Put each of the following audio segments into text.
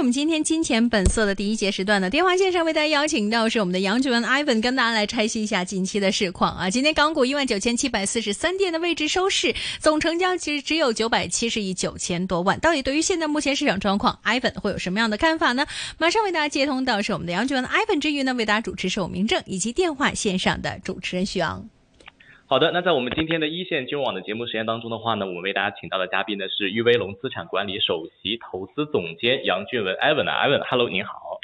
们今天金钱本色的第一节时段呢，电话线上为大家邀请到是我们的杨俊文 Ivan， 跟大家来拆析一下近期的市况啊。今天港股19743点的位置收市，总成交其实只有970亿9000多万。到底对于现在目前市场状况 ，Ivan 会有什么样的看法呢？马上为大家接通到是我们的杨俊文 Ivan 之余呢，为大家主持是我明正以及电话线上的主持人徐昂。 好的，那在我们今天的一线金融网的节目时间当中的话呢，我们为大家请到的嘉宾呢是裕威龙资产管理首席投资总监杨俊文 Ivan。Ivan，Hello， 您好。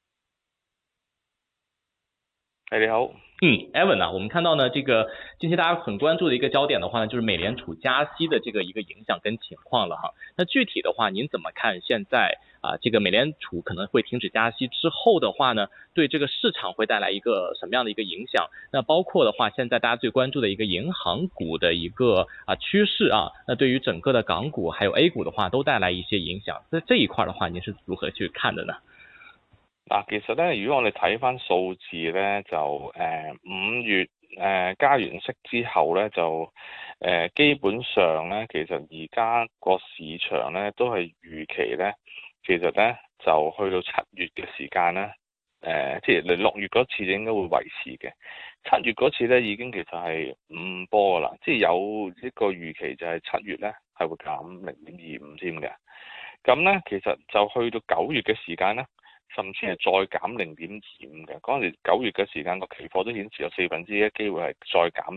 你好。 Evan 啊，我们看到呢，这个近期大家很关注的一个焦点的话呢，就是美联储加息的这个一个影响跟情况了哈。那具体的话，您怎么看现在这个美联储可能会停止加息之后的话呢，对这个市场会带来一个什么样的一个影响？那包括的话，现在大家最关注的一个银行股的一个趋势啊，那对于整个的港股还有 A 股的话，都带来一些影响。在这一块的话，您是如何去看的呢？ 其實咧，如果我哋睇翻數字咧，就5月加完息之後咧，就基本上咧，其實而家個市場咧都係預期咧，其實咧就去到7月嘅時間咧，即係你6月嗰次就應該會維持嘅。7月嗰次咧已經其實係5波噶啦，即係有一個預期就係7月咧係會減0.25添嘅。咁咧其實就去到9月嘅時間咧，甚至係再減0.25嘅。嗰陣時9月嘅時間個期貨都顯示有1/4機會係再減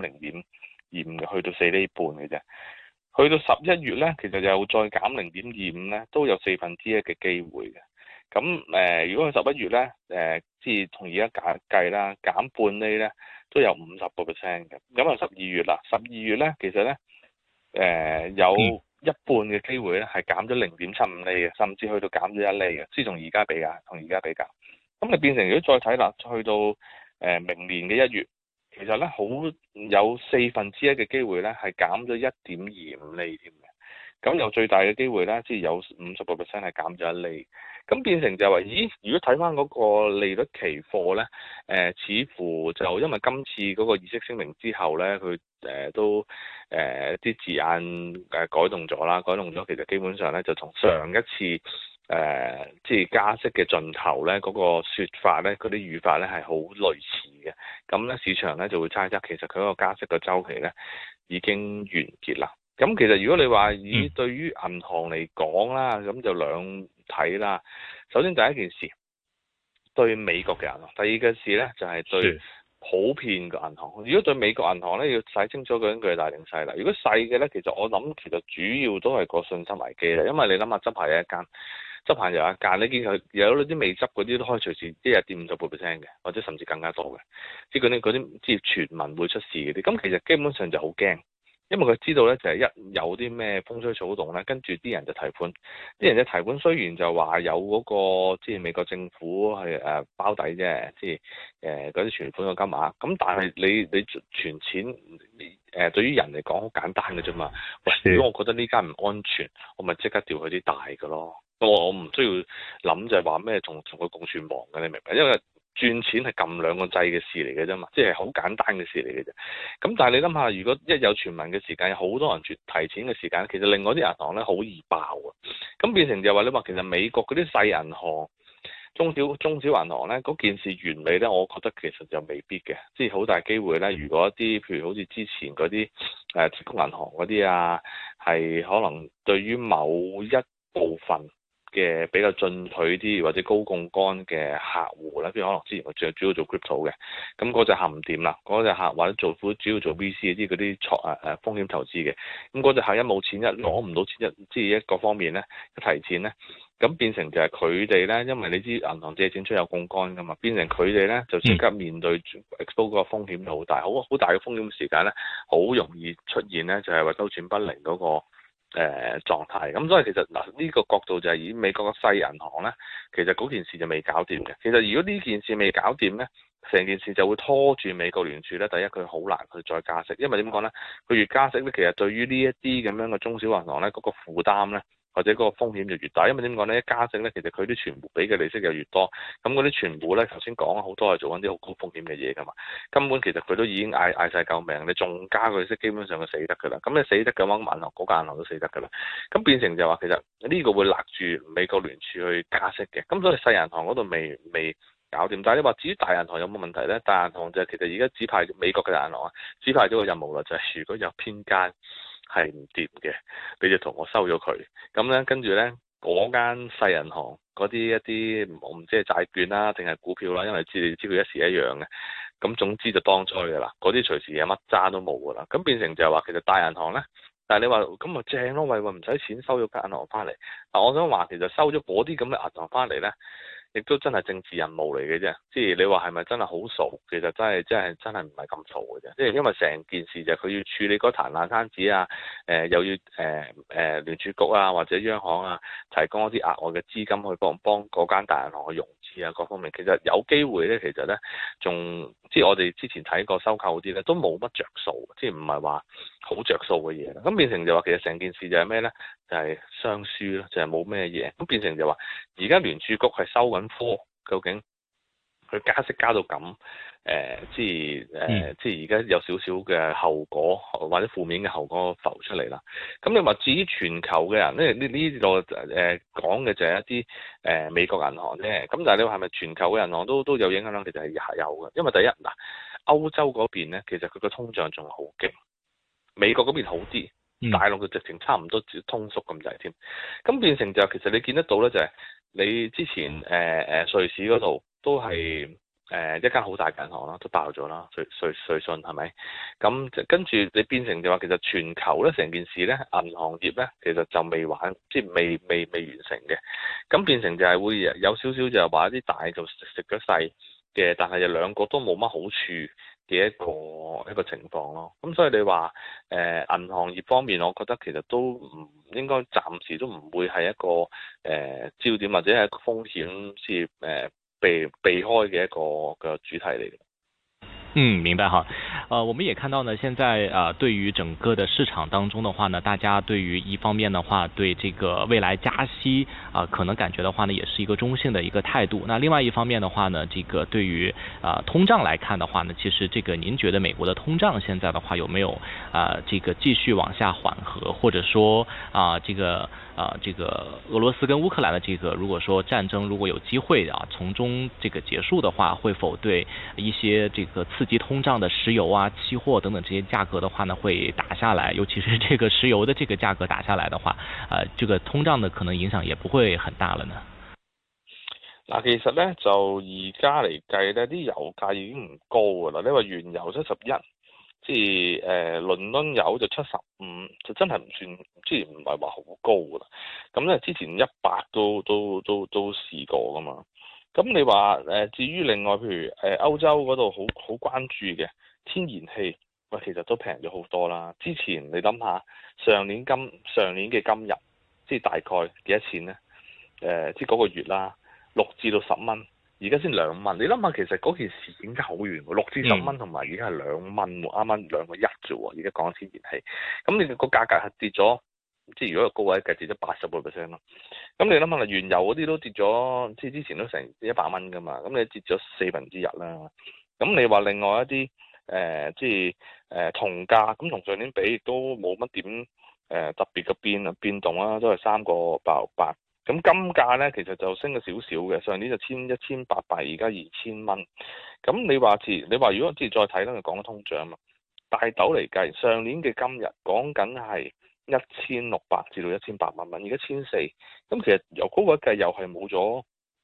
0.25嘅，去到4厘半嘅啫。去到11月咧，其實又再減0.25咧，都有1/4嘅機會嘅。咁如果係11月咧，即係同而家計啦，減半厘咧都有50%嘅。咁啊12月啦，12月咧其實咧有一半嘅機會咧係減咗0.75厘嘅，甚至去到減咗1厘嘅，即係同而家比較。咁你變成如果再睇啦，去到明年嘅1月，其實咧好有1/4嘅機會咧係減咗1.25厘添嘅。咁有最大嘅機會咧，即係有50%係減咗1厘。咁變成就話，如果睇翻嗰個利率期貨咧，似乎就因為今次嗰個議息聲明之後咧，佢都啲字眼改動咗啦，改動咗其實基本上咧就同上一次即係加息嘅盡頭咧嗰個説法咧，嗰啲語法咧係好類似嘅。咁咧市場咧就會猜測其實佢嗰個加息嘅週期咧已經完結啦。咁其實如果你話對於銀行嚟講啦，咁就兩睇啦。首先第一件事對美國嘅銀行，第二件事咧就係對普遍嘅銀行。如果對美國銀行咧要睇清楚究竟佢係大定細啦。如果細嘅咧，其實我諗其實主要都係個信心危機啦。因為你諗下執牌有一間，執牌有一間，你見佢有啲未執嗰啲都可以隨時一日跌50%嘅，或者甚至更加多嘅。即係嗰啲即係傳聞會出事嗰啲，咁其實基本上就好驚。因為佢知道咧，就係一有啲咩風吹草動咧，跟住啲人就提款。啲人嘅提款雖然就話有嗰個即係美國政府係包底啫，即係嗰啲存款嘅金額。咁但係你存錢對於人嚟講好簡單嘅啫嘛。喂，如果我覺得呢間唔安全，我咪即刻調去啲大嘅咯。我唔需要諗就係話咩同佢共存亡嘅，你明白？因為轉錢係撳兩個掣嘅事嚟嘅啫嘛，即係好簡單嘅事嚟嘅啫。咁但係你諗下，如果一有傳聞嘅時間，有好多人提錢嘅時間，其實另外啲銀行咧好易爆啊。咁變成就話你話其實美國嗰啲細銀行、中小銀行咧，嗰件事完美咧，我覺得其實就未必嘅，即係好大機會咧。如果一啲譬如好似之前嗰啲矽谷銀行嗰啲啊，係可能對於某一部分嘅比較進取啲或者高槓桿嘅客戶咧，譬如可能之前我最主要做 crypto 嘅，咁嗰隻客唔掂啦，嗰隻客或者主要做 VC 嗰啲風險投資嘅，咁嗰隻客一冇錢攞唔到錢即係一個方面咧一提錢咧，咁變成就係佢哋咧，因為你知銀行借錢出有槓桿噶嘛，變成佢哋咧就即刻面對 expose 嗰個風險好大，好大嘅風險時間咧，好容易出現咧就係話周轉不靈嗰個狀態。咁所以其實呢個角度就係以美國嘅細銀行咧，其實嗰件事就未搞掂嘅。其實如果呢件事未搞掂咧，成件事就會拖住美國聯儲咧。第一，佢好難去再加息，因為點講咧？佢越加息咧，其實對於呢一啲咁樣嘅中小銀行咧，嗰個負擔咧或者嗰個風險就越大。因為點講咧？一加息咧，其實佢啲存戶俾嘅利息就越多，咁嗰啲存戶咧頭先講好多係做緊啲好高風險嘅嘢㗎嘛，根本其實佢都已經嗌晒救命，你仲加佢息，基本上佢死得㗎啦。咁你死得嘅話，銀行嗰間銀行都死得㗎啦。咁變成就話其實呢個會勒住美國聯儲去加息嘅，咁所以細銀行嗰度未搞掂。但係你話至於大銀行有冇問題咧？大銀行就其實而家指派美國嘅大銀行啊，指派咗個任務啦，就係如果有邊間係唔掂嘅，你就同我收咗佢。咁咧跟住咧嗰間細銀行嗰啲一啲我唔知係債券啦定係股票啦，因為你知佢一時一樣嘅。咁總之就當災㗎啦，嗰啲隨時有乜渣都冇㗎啦。咁變成就係話其實大銀行咧，但係你話咁咪正咯，喂，唔使錢收咗間銀行翻嚟。嗱，我想話其實收咗嗰啲咁嘅銀行翻嚟咧，亦都真係政治任務嚟嘅啫。即係你話係咪真係好傻？其實真係唔係咁傻嘅啫。即係因為成件事就係佢要處理嗰壇爛攤子啊，又要聯儲局啊或者央行啊提供一啲額外嘅資金去幫嗰間大銀行去融資啊各方面。其實有機會咧，其實咧仲即係我哋之前睇過收購嗰啲咧都冇乜着數，即係唔係話好着數嘅嘢。咁變成就話其實成件事就係咩咧？就係雙輸咯，就係冇咩嘢。咁變成就話而家聯儲局係收緊科，究竟佢加息加到咁即係而家有少少嘅後果或者負面嘅後果浮出嚟啦。咁你話至於全球嘅人咧，呢度講嘅就係一啲美國銀行啫。咁但係你話係咪全球嘅銀行都有影響咧？其實係有嘅，因為第一嗱歐洲嗰邊咧，其實佢個通脹仲好勁，美國嗰邊好啲。大陸嘅直情差唔多通縮咁滯添，咁變成就其實你見得到咧，就係你之前瑞士嗰度都係一間好大嘅銀行啦，都爆咗啦，瑞信係咪？咁跟住你變成就話其實全球咧成件事咧，銀行業咧其實就未玩，即係未完成嘅，咁變成就係會有少少就係話一啲大就食咗細嘅，但係就兩個都冇乜好處嘅一個情況咯。咁所以你話銀行業方面，我覺得其實都唔應該暫時都唔會係一個焦點或者係一個風險是避開嘅一個主題嚟嘅。 明白哈。我們也看到呢，現在對於整個的市場當中的話呢，大家對於一方面的話，對這個未來加息可能感覺的話呢，也是一個中性的一個態度。那另外一方面的話呢，這個對於通脹來看的話呢，其實這個您覺得美國的通脹現在的話有沒有這個繼續往下緩和，或者說這個俄羅斯跟烏克蘭的這個如果說戰爭如果有機會從中這個結束的話，會否對一些這個刺激通脹的石油期貨等等這些價格的話呢，會打下來？尤其是這個石油的這個價格打下來的話，這個通脹的可能影響也不會很大了呢。 嗱，其實咧就而家嚟計咧，啲油價已經唔高噶啦。你話原油71，即係倫敦油就75，就真係唔算，即係唔係話好高噶啦。咁咧之前100都試過噶嘛。咁你話至於另外譬如歐洲嗰度好關注嘅天然氣，喂其實都平咗好多啦。之前你諗下上年嘅今日，即係大概幾多錢咧？即係嗰個月啦，6至到10蚊，而家先2蚊。你諗下，其實嗰件事已經好遠喎，6至10蚊同埋而家係2蚊喎，啱啱2個1啫喎。而家講天然氣，咁你個價格係跌咗，即係如果個高位計跌咗80%咯。咁你諗下啦，原油嗰啲都跌咗，即係之前都成100蚊噶嘛，咁你跌咗1/4啦。咁你話另外一啲即係銅價，咁同上年比亦都冇乜點特別嘅變動啦，都係3個868。咁金價咧其實就升咗少少嘅，上年就1800，而家2000蚊。咁你話如果即係再睇咧，就講緊通脹嘛。大豆嚟計，上年嘅今日講緊係1600至到1800蚊，而家1400。咁其實由高位計又係冇咗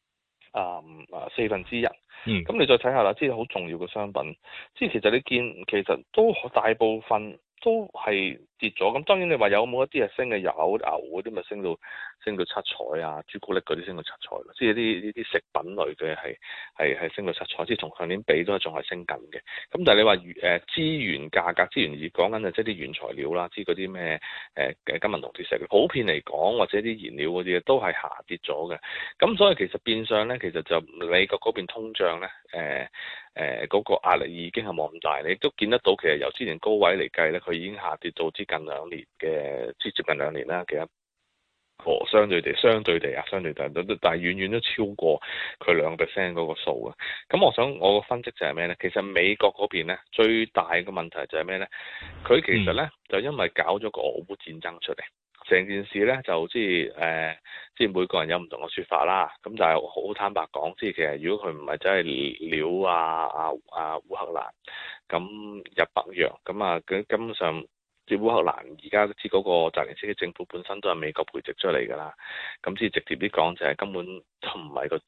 1/4。咁你再睇下啦，即係好重要嘅商品，即係其實你見其實都大部分都係跌咗。咁當然你話有冇一啲係升嘅，有牛嗰啲咪升到七彩啊，朱古力嗰啲升到七彩咯。即係呢啲食品類嘅係升到七彩，即係同上年比都仲係升緊嘅。咁但係你話資源價格，資源而講緊就即係啲原材料啦，即係嗰啲咩金銀銅鐵石，普遍嚟講或者啲燃料嗰啲都係下跌咗嘅。咁所以其實變相咧，其實就美國嗰邊通脹咧，嗰個壓力已經係冇咁大。你都見得到，其實由之前高位嚟計咧，佢已經下跌到接近2年啦，其實過相對地，但係遠遠都超過佢2% 嗰個數啊。咁我個分析就係咩呢？其實美國嗰邊呢，最大嘅問題就係咩呢？佢其實呢，就因為搞咗個俄烏戰爭出嚟，成件事呢，就即係每個人有唔同嘅説法啦。咁但係好坦白講，即係其實如果佢唔係真係撩烏克蘭，咁入北約，咁啊佢根本上。即烏克蘭而家知嗰個澤連斯基政府本身都係美國培植出嚟㗎啦，咁即係直接啲講就係根本就唔係個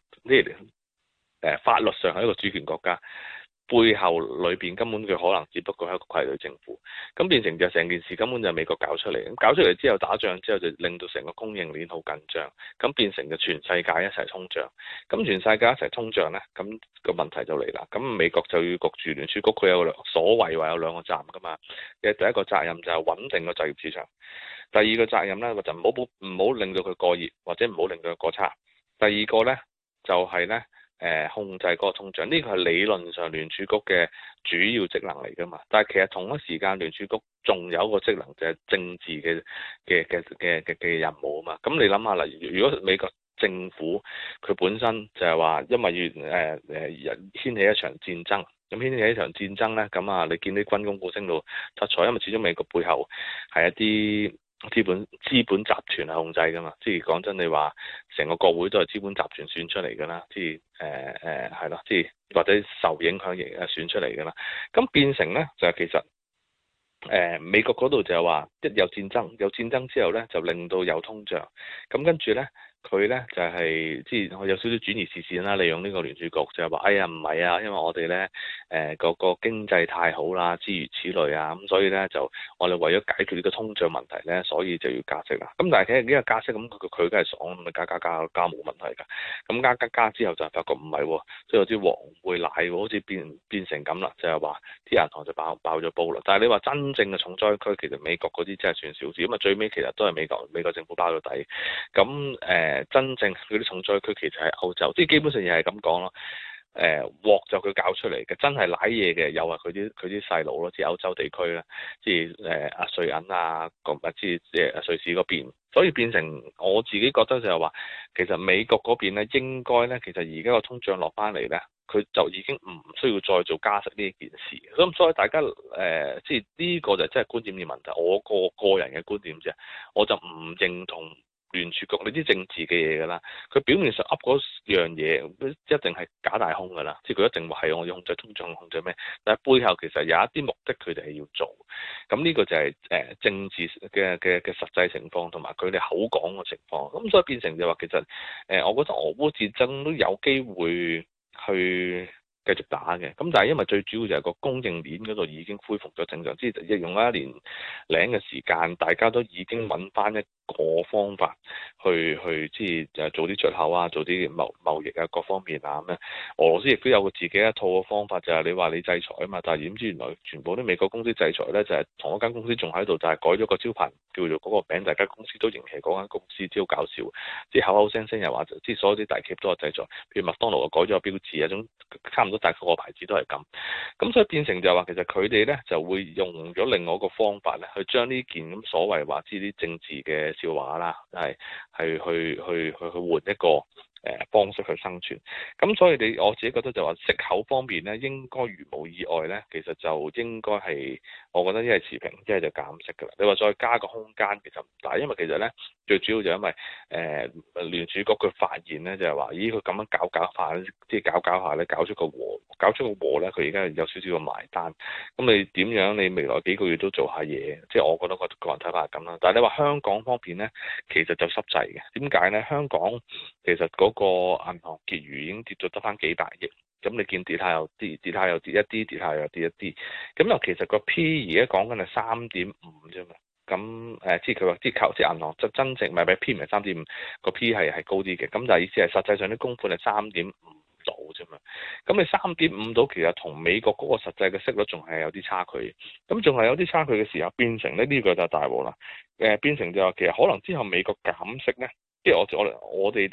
法律上係一個主權國家，背後裏邊根本佢可能只不過係一個傀儡政府，咁變成就成件事根本就係美國搞出嚟，咁搞出嚟之後打仗之後就令到成個供應鏈好緊張，咁變成就全世界一齊通脹，咁全世界一齊通脹呢，咁個問題就嚟啦，咁美國就要焗住聯儲局，佢有所謂話有兩個責任㗎嘛，嘅第一個責任就係穩定個就業市場，第二個責任呢，就唔好令到佢過熱或者唔好令到佢過差，第二個呢，就係呢。控制嗰個通脹，呢個係理論上聯儲局嘅主要職能嚟㗎嘛。但係其實同一時間聯儲局仲有一個職能就係政治嘅任務啊嘛。咁你諗下啦，如果美國政府佢本身就係話因為要掀起一場戰爭，咁掀起一場戰爭呢，咁啊你見啲軍工股升到七彩，因為始終美國背後係一啲資本集團係控制㗎嘛，即係講真，你話成個國會都係資本集團選出嚟㗎啦，即係係咯，即係或者受影響型選出嚟㗎啦，咁變成咧就係其實美國嗰度就係話一有戰爭之後咧就令到有通脹，咁跟住咧。佢咧就係即係有少少轉移視線啦，利用呢個聯儲局就係話，哎呀唔係啊，因為我哋咧個經濟太好啦，諸如此類啊，咁所以咧就我哋為咗解決呢個通脹問題咧，所以就要加息啦。咁但係其實呢個加息咁佢梗係爽，咪加冇問題㗎。咁加之後就發覺唔係喎，即係有啲黃會奶喎，好似變成咁啦，就係話啲銀行就爆咗煲啦。但係你話真正嘅重災區，其實美國嗰啲真係算少事，咁啊最尾其實都係美國政府包咗底。咁真正嗰啲重災區其實係歐洲，即係基本上又係咁講咯。鑊就佢搞出嚟嘅，真係瀨嘢嘅又係佢啲細佬咯，即係歐洲地區啦，即係瑞銀啊，即係瑞士嗰邊，所以變成我自己覺得就係話，其實美國嗰邊咧應該咧，其實而家個通脹落翻嚟咧，佢就已經唔需要再做加息呢一件事。咁所以大家即係呢個就真係觀點嘅問題。我個人嘅觀點啫，我就唔認同。聯儲局你啲政治嘅嘢㗎啦，佢表面上噏嗰樣嘢一定係假大空㗎啦，即係佢一定話係我要控制通脹控制咩？但係背後其實有一啲目的佢哋係要做，咁呢個就係政治嘅實際情況同埋佢哋口講嘅情況，咁所以變成就話其實我覺得俄烏戰爭都有機會去繼續打嘅，咁但係因為最主要就係個供應鏈嗰度已經恢復咗正常，即係用咗1年零嘅時間，大家都已經揾翻一個方法去即係做啲出口啊，做啲貿易啊各方面啊咁樣。俄羅斯亦都有個自己一套嘅方法，就係你話你制裁啊嘛，但係點知原來全部啲美國公司制裁咧，就係同一間公司仲喺度，就係改咗個招牌叫做嗰個名，大家公司都認係嗰間公司，超搞笑，即係口口聲聲又話即係所有啲大企業都係制裁，譬如麥當勞又改咗個標誌啊，種差唔多大個牌子都係咁，咁所以變成就係話其實佢哋咧就會用咗另外一個方法咧，去將呢件咁所謂話知啲政治嘅笑話啦，係去換一個方式去生存。咁所以我自己覺得就話息口方面咧，應該如無意外咧，其實就應該係我覺得一係持平，一係就減息㗎啦。你話再加個空間其實唔大，因為其實咧最主要就因為聯儲局佢發現咧就係話，咦佢咁樣搞下，即係搞下咧搞出個禍咧，佢而家有少少嘅埋單。咁你點樣？你未來幾個月都做下嘢，即係我覺得個人睇法係咁啦。但係你話香港方面咧，其實就濕滯嘅。點解咧？香港其實嗰個銀行結餘已經跌咗得翻幾百億，咁你見跌下又跌，跌下又跌一啲，跌下又跌一啲。咁又其實個 P 而家講緊係3.5啫嘛。咁即係佢話即係銀行就真正唔係 P 唔係3.5，個 P 係高啲嘅。咁但係意思係實際上啲供款係3.5到啫嘛。咁你3.5到其實同美國嗰個實際嘅息率仲係有啲差距。咁仲係有啲差距嘅時候，變成呢個就大鑊啦。變成就話其實可能之後美國減息咧，即係我哋都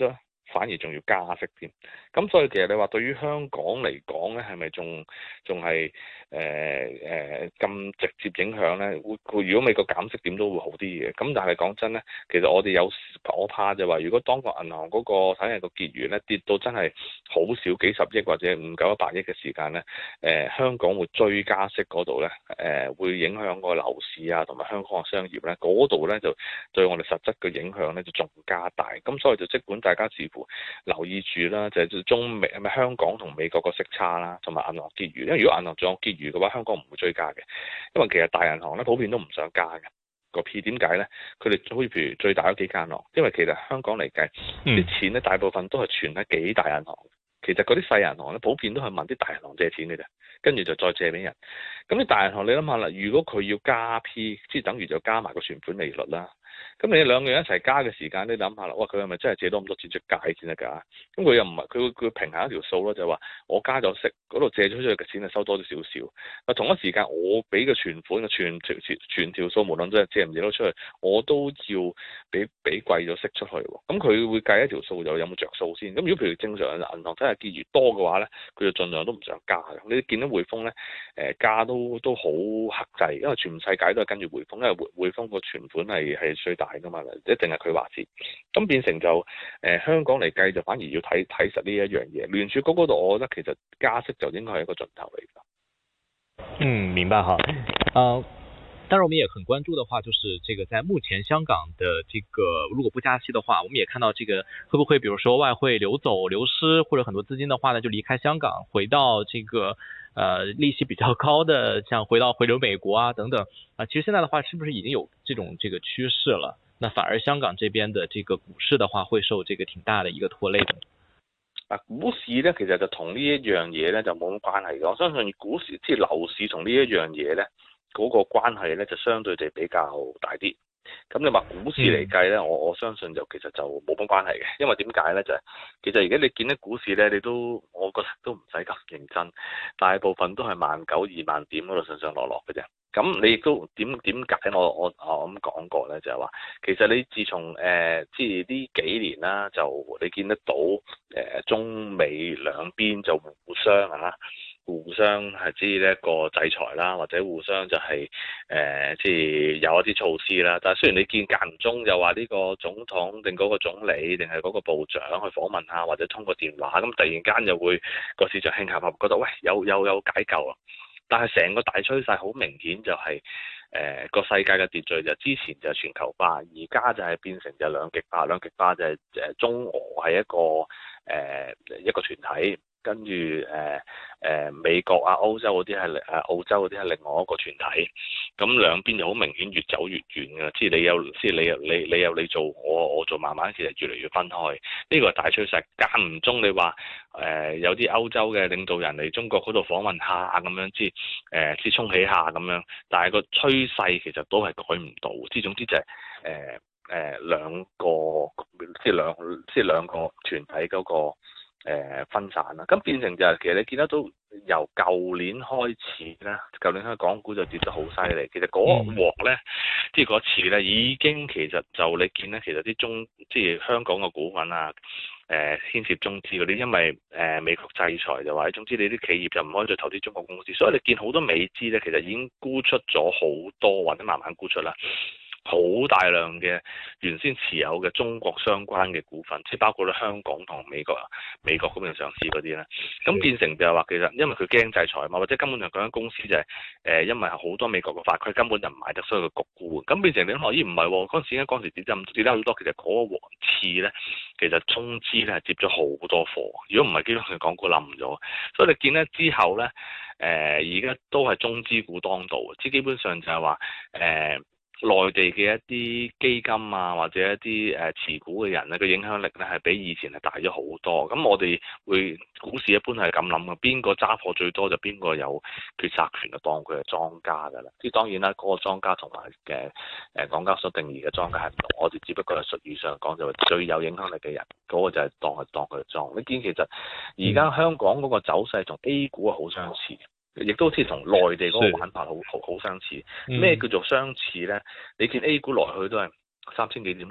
反而仲要加息添。咁所以其實你話對於香港嚟講咧，係咪仲係咁直接影響咧？如果美國減息點都會好啲嘅。咁但係講真咧，其實我怕就話，如果當個銀行嗰個睇下個結餘咧跌到真係好少幾十億或者唔夠100億嘅時間咧，香港會追加息嗰度咧，會影響個樓市啊同埋香港嘅商業咧，嗰度咧就對我哋實質嘅影響咧就仲加大。咁所以就即管大家似乎留意住啦，就係香港同美國個息差啦，同埋銀行結餘。因為如果銀行仲有結餘嘅話，香港唔會追加嘅，因為其實大銀行咧普遍都唔想加嘅。個 P 點解咧？佢哋好似譬如最大嗰幾間咯，因為其實香港嚟計啲錢咧大部分都係存喺幾大銀行。其實嗰啲細銀行咧普遍都係問啲大銀行借錢嘅啫，跟住就再借俾人。咁啲大銀行你諗下啦，如果佢要加 P， 即係等於就加埋個存款利率啦。咁你兩個人一齊加嘅時間，你諗下啦，哇！佢係咪真係借多咁多錢出街先得㗎？咁佢又唔係，佢會平衡一條數咯，就係話我加咗息，嗰度借咗出去嘅錢係收多咗少少。啊，同一時間我俾嘅存款嘅全條數，無論都係借唔借到出去，我都要俾貴咗息出去喎。咁佢會計一條數，就有冇着數先。咁如果譬如正常銀行真係結餘多嘅話咧，佢就盡量都唔想加嘅。你見到匯豐咧，加都好克制，因為全世界都係跟住匯豐，因為匯豐個存款係最大噶嘛，一定係佢話事。咁變成就香港嚟計就反而要睇實呢一樣嘢。聯儲局嗰度，我覺得其實加息就應該係一個盡頭嚟㗎。 明白哈。當然我們也很關注的話，就是這個在目前香港的這個如果不加息的話，我們也看到這個會不會，比如說外匯流走、流失，或者很多資金的話呢，就離開香港，回到這個利息比較高的，像回流美國啊等等啊。其實現在的話，是不是已經有這個趨勢了？那反而香港這邊的這個股市的話，會受這個挺大的一個拖累的。 股市咧其實就同呢一樣嘢咧就冇乜關係嘅。我相信股市即係樓市同呢一樣嘢咧嗰個關係咧就相對地比較大啲。咁你話股市嚟計咧，我相信就其實就冇乜關係嘅。因為點解咧就係其實而家你見啲股市咧，我覺得都唔使咁認真，大部分都係19,000、20,000點嗰度上上落落嘅啫。咁你亦都點解我咁講過咧？就係話其實你自從即係呢幾年啦，就你見得到中美兩邊就互相係知呢一個制裁啦，或者互相就係即係有一啲措施啦。但係雖然你見間唔中又話呢個總統定嗰個總理定係嗰個部長去訪問下，或者通過電話，咁突然間又會個市場興合合，覺得喂有解救啊！但係成個大趨勢好明顯就係個世界嘅秩序就之前就係全球化，而家就係變成就兩極化。兩極化就係中俄係一個團體。跟住美國啊、歐洲嗰啲係澳洲嗰啲係另外一個團體，咁兩邊就好明顯越走越遠嘅，即係你有你做，我做，慢慢其實越嚟越分開。呢個係大趨勢，間唔中你話有啲歐洲嘅領導人嚟中國嗰度訪問下咁樣，即係衝起下咁樣，但係個趨勢其實都係改唔到。總之就係兩個即係兩個團體嗰個。分散啦，咁變成就係其實你見得到由舊年開始咧，舊年開始港股就跌得好犀利。其實嗰鑊咧，即係嗰次咧，已經其實就你見咧，其實啲即係香港嘅股份啊，牽涉中資嗰啲，因為美國制裁就話，總之你啲企業就唔可以再投資中國公司，所以你見好多美資咧，其實已經沽出咗好多，或者慢慢沽出啦。好大量嘅原先持有嘅中國相關嘅股份，即係包括咧香港同美國嗰邊上市嗰啲咧，咁變成就係話其實因為佢驚制裁嘛，或者根本就嗰間公司就係因為好多美國嘅法規根本就唔買得，所以佢焗沽。咁變成你諗咦唔係喎，嗰陣時跌得好多，其實嗰個次咧，其實中資咧係接咗好多貨，如果唔係基本上港股冧咗，所以你見咧之後咧，而家都係中資股當道，即係基本上就係話內地嘅一啲基金啊，或者一啲持股嘅人咧，個影響力咧係比以前係大咗好多。咁我哋股市一般係咁諗嘅，邊個揸貨最多就邊個有決策權，就當佢係莊家㗎啦。即係當然啦，嗰個莊家同埋嘅港交所定義嘅莊家係唔同，我哋只不過係術語上講就係最有影響力嘅人，嗰個就係當佢係莊。你見其實而家香港嗰個走勢同 A 股好相似。亦都好似同內地嗰個玩法好相似。咩叫做相似咧？你見 A 股來去都係3000幾點咯，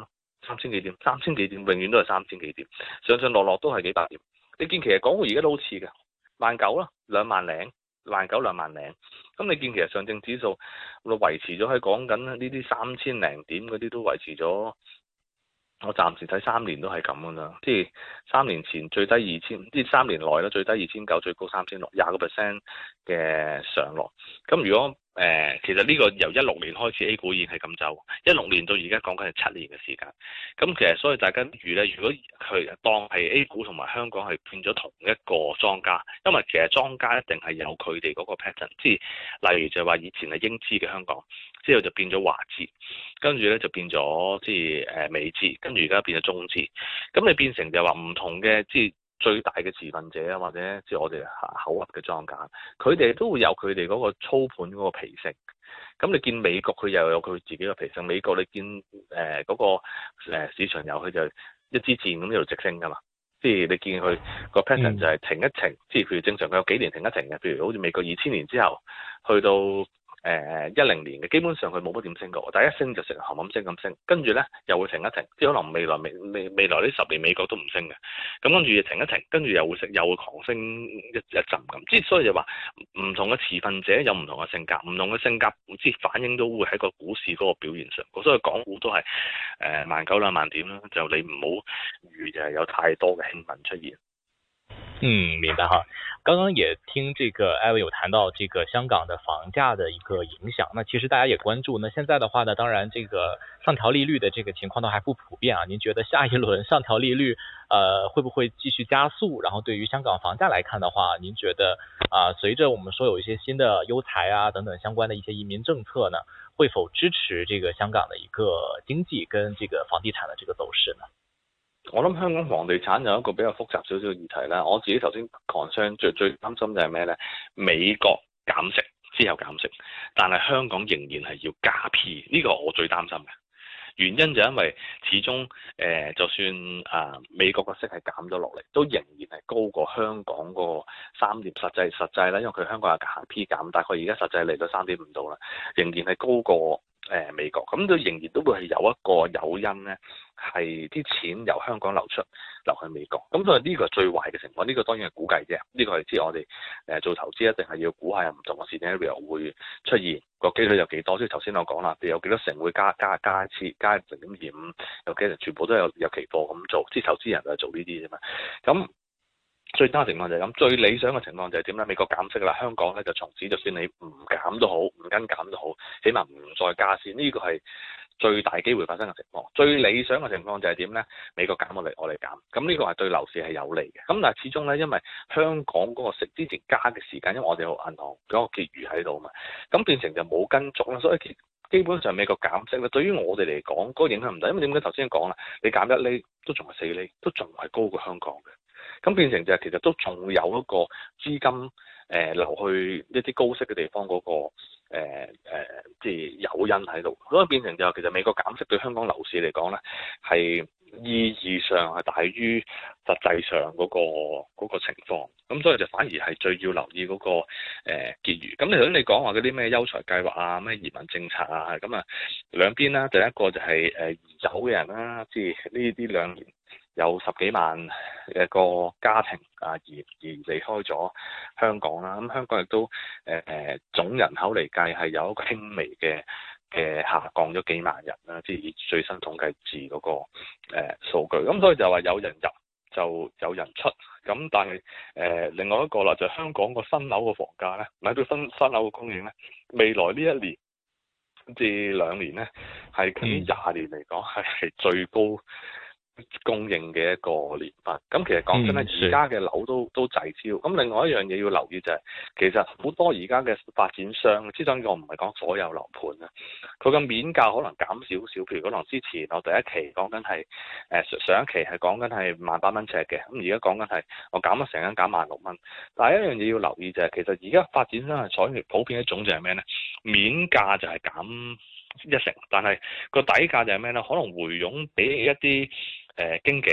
3000幾點，3000幾點永遠都係3000幾點，上上落落都係幾百點。你見其實港股而家都好似嘅，19000啦，20000，19000、20000。咁你見其實上證指數維持咗喺講緊呢啲3000零點嗰啲都維持咗。我暫時睇3年都係咁噶啦，即係3年前最低2000，即係3年內咧最低2900，最高3600，20% 嘅上落。咁如果其實呢個由16年開始 A 股已經係咁走，16年到而家講緊係7年嘅時間。咁其實所以大家預咧，如果佢當係 A 股同埋香港係變咗同一個莊家，因為其實莊家一定係有佢哋嗰個 pattern，即係例如就係話以前係英資嘅香港，之後就變咗華資，跟住咧就變咗即係美資，跟住而家變咗中資。咁你變成就話唔同嘅即係最大嘅持份者啊，或者即係我哋口噏嘅莊家，佢哋都會有佢哋嗰個操盤嗰個脾性。咁你見美國佢又有佢自己嘅脾性，美國你見嗰個市場有佢就一支箭咁一路直升噶嘛。即係你見佢個 pattern 就係停一停，即係譬如正常佢有幾年停一停嘅，譬如好似美國2000年之後去到10年嘅，基本上佢冇乜點升過，但一升就成冚冚升咁升，跟住咧又會停一停，即係可能未來呢10年美國都唔升嘅，咁跟住又停一停，跟住又會升，又會狂升一陣咁，即係所以就話唔同嘅持份者有唔同嘅性格，唔同嘅性格即係反映都會喺個股市嗰個表現上，所以港股都係19000、20000點啦，就你唔好預就係有太多嘅興奮出現。 明白哈。剛剛也聽這個艾薇有談到這個香港的房價的一個影響，那其實大家也關注，那現在的話呢，當然這個上調利率的這個情況都還不普遍啊。您覺得下一輪上調利率，會不會繼續加速？然後對於香港房價來看的話，您覺得隨着我們說有一些新的優才啊等等相關的一些移民政策呢，會否支持這個香港的一個經濟跟這個房地產的這個走勢呢？ 我諗香港房地產有一個比較複雜少少嘅議題啦。我自己頭先 concern 最擔心就係咩呢？美國減息之後減息，但係香港仍然係要加 P， 呢個我最擔心嘅原因就因為始終就算美國個息係減咗落嚟，都仍然係高過香港個3點實際啦，因為佢香港係行 P 減，大概而家實際嚟到3.5度啦，仍然係高過美國，咁都仍然都會係有一個誘因咧，係啲錢由香港流去美國，咁所以呢個係最壞嘅情況，呢個當然係估計啫，呢個係知我哋做投資一定係要估下有唔同嘅 scenario 會出現個機率有幾多，即係頭先我講啦，有幾多成會加一次加0.25，有幾成全部都有期貨咁做，即係投資人就係做呢啲啫嘛，咁。最差情況就係咁，最理想嘅情況就係點咧？美國減息啦，香港咧就從此就算你唔減都好，唔跟減都好，起碼唔再加先，呢個係最大機會發生嘅情況。最理想嘅情況就係點咧？美國減我哋減，咁呢個係對樓市係有利嘅。咁但係始終咧，因為香港嗰個息之前加嘅時間，因為我哋有銀行嗰個結餘喺度嘛，咁變成就冇跟足啦，所以基本上美國減息咧，對於我哋嚟講嗰個影響唔大，因為點解頭先講啦？你減1厘都仲係4厘，都仲係高過香港嘅。咁變成就係其實都仲有一個資金流去一啲高息嘅地方嗰個即係誘因喺度，所以變成就係其實美國減息對香港樓市嚟講咧係意義上係大於實際上嗰個情況，咁所以就反而係最要留意嗰個結餘。咁頭先你講話嗰啲咩優才計劃啊、咩移民政策啊，咁啊兩邊啦，第一個就係移走嘅人啦，即係呢啲2年。有10幾萬嘅個家庭而離開咗香港啦，咁香港亦都總人口嚟計係有一個輕微嘅下降咗幾萬人啦，即係以最新統計字嗰個數據，咁所以就話有人入就有人出，咁但係另外一個啦，就係香港個新樓嘅房價咧，買到新樓嘅供應咧，未來呢1年至2年咧，係近20年嚟講係最高供應嘅一個年份，咁其實講真咧，而家嘅樓都滯超。咁另外一樣嘢要留意就係，其實好多而家嘅發展商，之所以我唔係講所有樓盤啦，佢嘅面價可能減少少。譬如可能之前我第一期講緊係上一期係講緊係18000蚊尺嘅，咁而家講緊係我減咗成間減16000蚊。但係一樣嘢要留意就係，其實而家發展商係採用普遍一種就係咩咧？面價就係減1成，但係個底價就係咩咧？可能回傭俾一啲經紀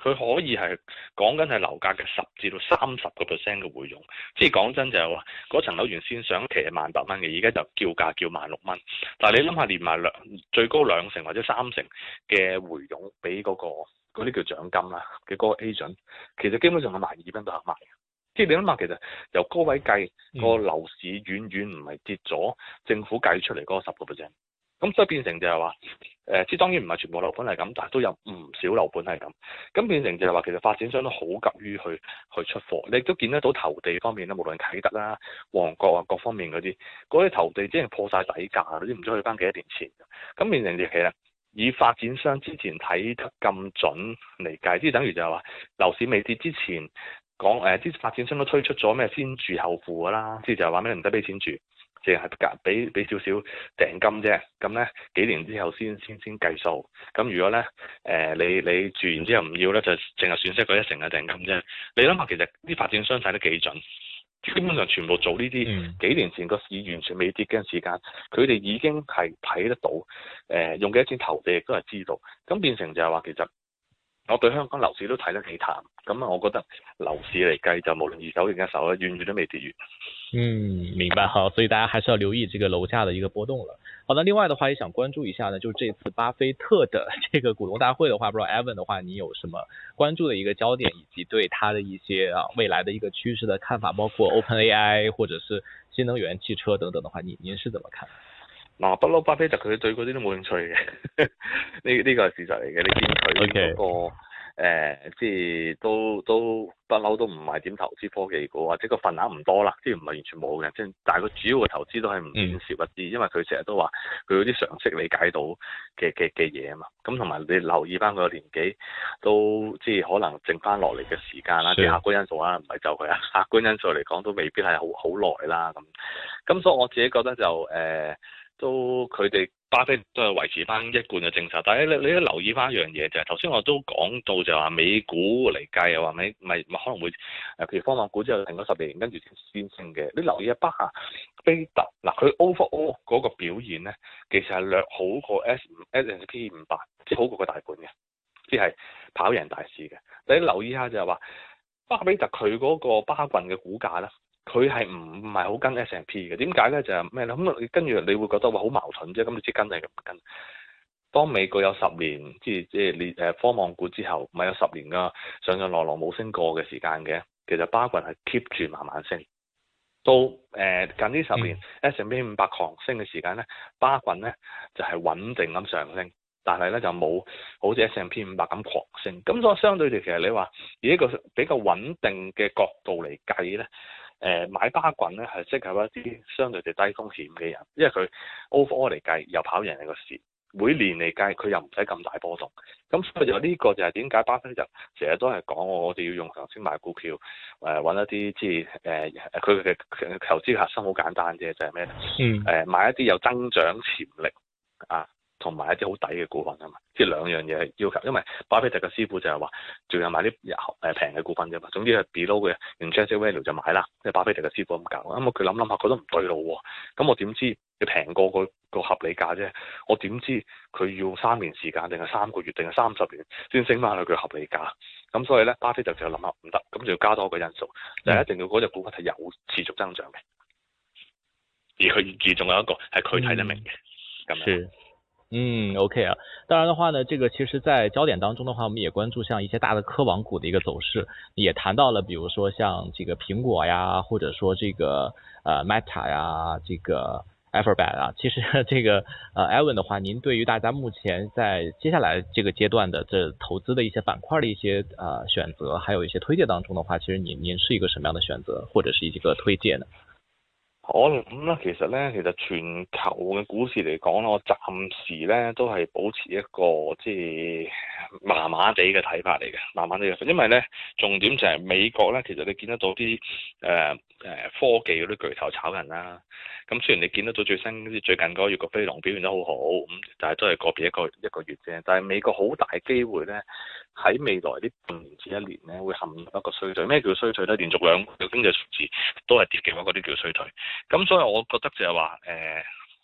佢可以係講緊係樓價嘅10至到30% 嘅回傭，即係講真就係話嗰層樓原先上期係18,000嘅，而家就叫價叫16,000蚊。但係你諗下，連埋最高2成或者3成嘅回傭俾嗰啲叫獎金啦嘅嗰個 agent， 其實基本上係賣耳賓都肯賣嘅。即係你諗下，其實由高位計個樓市遠遠唔係跌咗政府計出嚟嗰個10%。咁所以變成就係話，即係當然唔係全部樓盤係咁，但係都有唔少樓盤係咁。咁變成就係話，其實發展商都好急於去出貨。你亦都見得到投地方面咧，無論啟德啦、旺角啊各方面嗰啲投地，即係破晒底價，嗰啲唔知去翻幾多年前。咁變成就其實以發展商之前睇得咁準嚟計，即係等於就係話樓市未跌之前講啲發展商都推出咗咩先住後付㗎啦，即係就係話咩唔使俾錢住。淨係俾少少訂金啫，咁咧幾年之後先計數。咁如果咧你住完之後唔要咧，就淨係損失嗰1成嘅訂金啫。你諗下，其實啲發展商睇得幾準，基本上全部做呢啲幾年前個市完全未跌嘅時間，佢哋已經係睇得到，用幾多錢投地亦都係知道。咁變成就係話其實。我對香港樓市都睇得幾淡，咁我覺得樓市嚟計就無論二手定一手咧，遠遠都未跌完。 明白哈，所以大家還是要留意這個樓價的一個波動了。好的，另外的話也想關注一下呢，就這次巴菲特的這個股東大會的話，不知道 Evan 的話，你有什麼關注的一個焦點，以及對他的一些未來的一個趨勢的看法，包括 OpenAI 或者是新能源汽車等等的話，您是怎麼看？ 嗱，不嬲巴菲特佢對嗰啲都冇興趣嘅，呢個係事實嚟嘅。你見佢嗰個即係都不嬲都唔係點投資科技股，或者個份額唔多啦，即係唔係完全冇嘅，即係但係佢主要嘅投資都係唔少一啲，因為佢成日都話佢嗰啲常識理解到嘅嘢啊嘛。咁同埋你留意翻佢個年紀，都即係可能剩翻落嚟嘅時間啦，啲客觀因素啦，唔係就佢啊，客觀因素嚟講都未必係好耐啦。咁所以我自己覺得就都佢哋巴菲特都係維持翻一貫嘅政策，但係你都留意翻一樣嘢就係頭先我都講到就話美股嚟計啊，話咪可能會譬如科網股之後停咗10年，跟住先升嘅。你留意下巴菲特嗱，佢 overall 嗰個表現咧，其實係略好過 S&P 500，即係好過個大盤嘅，即係跑贏大市嘅。你留意下就係話巴菲特佢嗰個巴郡嘅股價咧。佢係唔係好跟 S&P 嘅？點解咧？就係咩咧？咁跟住你會覺得話好矛盾啫。咁你知跟係咁跟？當美國有10年，即係科網股之後，咪有10年噶上上落落冇升過嘅時間嘅。其實巴郡係 keep 住慢慢升，到近呢10年S&P 500狂升嘅時間咧，巴郡咧就係穩定咁上升，但係咧就冇好似 S&P 500咁狂升。咁所以相對地，其實你話以一個比較穩定嘅角度嚟計咧。買巴郡咧係適合一啲相對地低風險嘅人，因為佢 overall 嚟計又跑贏你個市，每年嚟計佢又唔使咁大波動，咁所以就呢個就係點解巴菲特成日都係講我哋要用上升買股票，揾一啲即係佢嘅投資核心好簡單啫，就係咩咧？買一啲有增長潛力啊。同埋一啲好抵嘅股份啊嘛，即係兩樣嘢要求，因為巴菲特嘅師傅就係話，仲有買啲平嘅股份啫嘛。總之係 below 嘅 intrinsic value 就買啦，即係巴菲特嘅師傅咁教。咁佢諗下，佢都唔對路喎。咁我點知你平過個合理價啫？我點知佢要3年時間，定係3個月，定係30年先升翻去佢合理價？咁所以咧，巴菲特就諗下唔得，咁就要加多個因素，就係一定要嗰隻股份係有持續增長嘅，而仲有一個係佢睇得明嘅咁樣。 OK 啊，當然的話呢，這個其實在焦點當中的話，我們也關注像一些大的科網股的一個走勢，也談到了，比如說像這個蘋果呀，或者說這個Meta 呀，這個 Alphabet 啊，其實這個Evan 的話，您對於大家目前在接下來這個階段的這投資的一些板塊的一些選擇，還有一些推薦當中的話，其實您是一個什麼樣的選擇，或者是一個推薦呢？ 我諗咧，其實全球嘅股市嚟講咧，我暫時咧都係保持一個即係麻麻地嘅睇法嚟嘅，麻麻地嘅，因為咧重點就係美國咧，其實你見得到啲科技嗰啲巨頭炒人啦。咁雖然你見得到最近嗰個月個飛龍表現得好好，咁但係都係個別一個月啫。但係美國好大機會咧，喺未來呢半年至1年咧，會陷入一個衰退。咩叫衰退咧？連續2個經濟數字都係跌嘅話，嗰啲叫衰退。咁所以我覺得就係話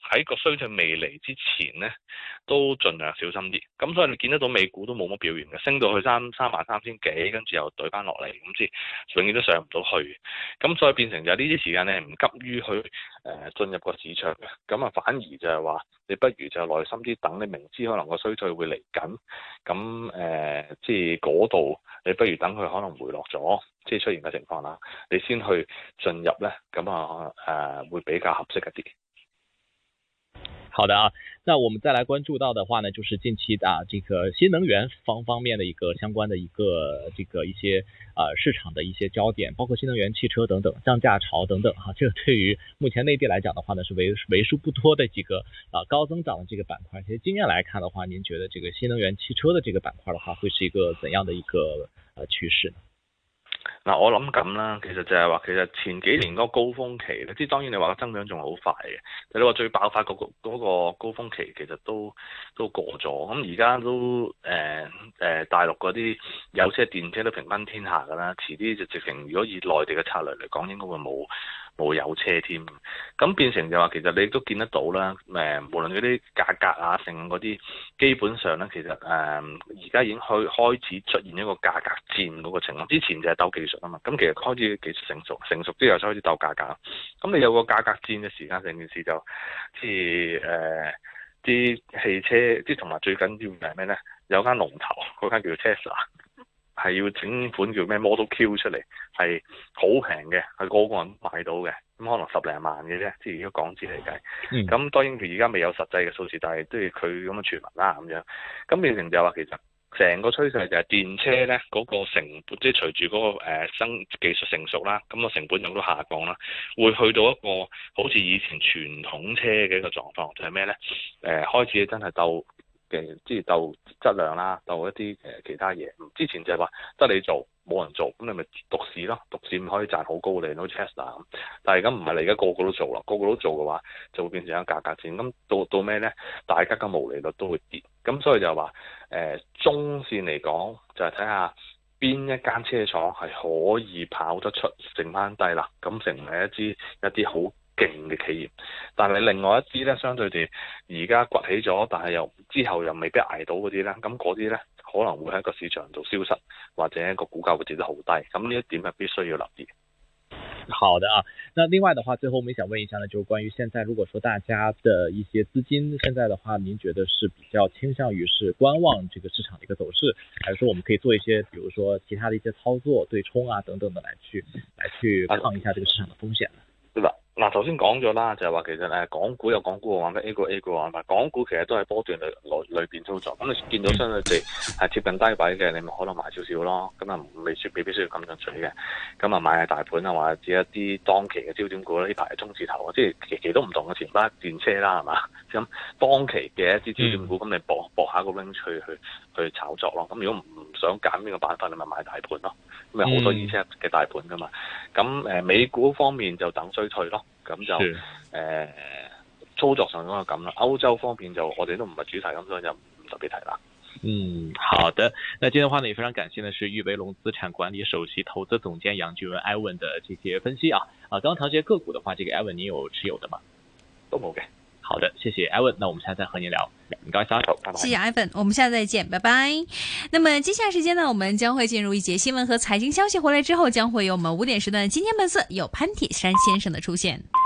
喺個衰退未嚟之前咧，都盡量小心啲。咁所以你見得到美股都冇乜表現嘅，升到去33000幾，跟住又懟翻落嚟，咁即係永遠都上唔到去。咁所以變成就係呢啲時間你係唔急於去進入個市場嘅。咁啊反而就係話你不如就耐心啲等，你明知可能個衰退會嚟緊，咁即係嗰度你不如等佢可能回落咗，即係出現嘅情況啦，你先去進入咧，咁會比較合適一啲。 好的啊，那我們再來關注到的話呢，就是近期這個新能源方面的一個相關的一些市場的一些焦點，包括新能源汽車等等降價潮等等哈，這個對於目前內地來講的話呢，是為數不多的幾個高增長的這個板塊。其實今年來看的話，您覺得這個新能源汽車的這個板塊的話，會是一個怎樣的一個趨勢呢？ 嗱，我諗咁啦，其實就係話，其實前幾年嗰個高峰期咧，即係當然你話個增長仲好快嘅，但你話最爆發嗰個高峰期其實都過咗，咁而家都大陸嗰啲有車電車都平分天下㗎啦，遲啲就直情如果以內地嘅策略嚟講，應該會冇有車添，咁變成就話其實你都見得到啦，無論嗰啲價格啊，剩嗰啲基本上咧，其實而家已經開始出現一個價格戰嗰個情況。之前就係鬥技術啊嘛，咁其實開始技術成熟之後就開始鬥價格。咁你有個價格戰嘅時間，成件事就即係啲汽車，即係同埋最緊要係咩咧？有間龍頭，嗰間叫做 Tesla。係要整款叫咩 Model Q 出嚟，係好平嘅，係個個人買到嘅，咁可能10零萬嘅啫，即係如果港紙嚟計。咁當然佢而家未有實際嘅數字，但係都係佢咁嘅傳聞啦咁樣。咁變成就話其實成個趨勢就係電車咧嗰個成本，即係隨住嗰個技術成熟啦，咁個成本又都下降啦，會去到一個好似以前傳統車嘅一個狀況，就係咩咧？開始真係鬥。即係鬥質量啦，鬥一啲其他嘢。之前就係話得你做，冇人做，咁你咪獨市咯，獨市咪可以賺好高利，好似 Tesla 咁。但係咁唔係你而家個個都做啦，個個都做嘅話，就會變成一個價格戰。咁到咩咧？大家嘅毛利率都會跌。咁所以就係話中線嚟講，就係睇下邊一間車廠係可以跑得出，剩翻低啦，咁成為一啲好勁嘅企業，但係另外一啲咧，相對地而家崛起咗，但係之後又未必捱到嗰啲咧，咁嗰啲咧可能會喺個市場度消失，或者個股價會跌得好低，咁呢一點係必須要留意。 好的啊，那另外的話，最後我們想問一下呢，就是關於現在如果說大家的一些資金，現在的話，您覺得是比較傾向於是觀望這個市場的一個走勢，還是說我們可以做一些，比如說其他的一些操作、對沖啊等等的來去抗一下這個市場的風險呢？ 對吧？嗱，頭先講咗啦，就係話其實港股有港股嘅玩法，A 股嘅玩法。港股其實都係波段裏邊操作。咁你見到相對地係貼近低位嘅，你咪可能買少少咯。咁啊未必需要咁進取嘅。咁啊買下大盤啊，或者一啲當期嘅焦點股啦，呢排係中字頭啊，即係期都唔同嘅前班電車啦，係嘛？咁當期嘅一啲焦點股，咁你搏下個 range 去炒作咯。咁如果唔想揀邊個板塊，你咪買大盤咯。咁咪好多二車嘅大盤噶嘛。咁美股方面就等衰退咯。咁就操作上咁咁啦。歐洲方面就我哋都唔係主題，咁所以就唔特別提啦。 好的。那今天的話呢，也非常感謝呢，是裕維龍資產管理首席投資總監楊俊文 Ivan 的這些分析啊。剛剛談這些個股的話，這個 Ivan 你有持有的嗎？ 都冇嘅。 好的，謝謝 Ivan。那我們下次再和您聊。唔該晒， 好，拜拜。 謝謝 Ivan，我們下次再見，拜拜。那麼接下來時間呢，我們將會進入一節新聞和財經消息，回來之後將會有我們5點時段的今天本色，有潘鐵珊先生的出現。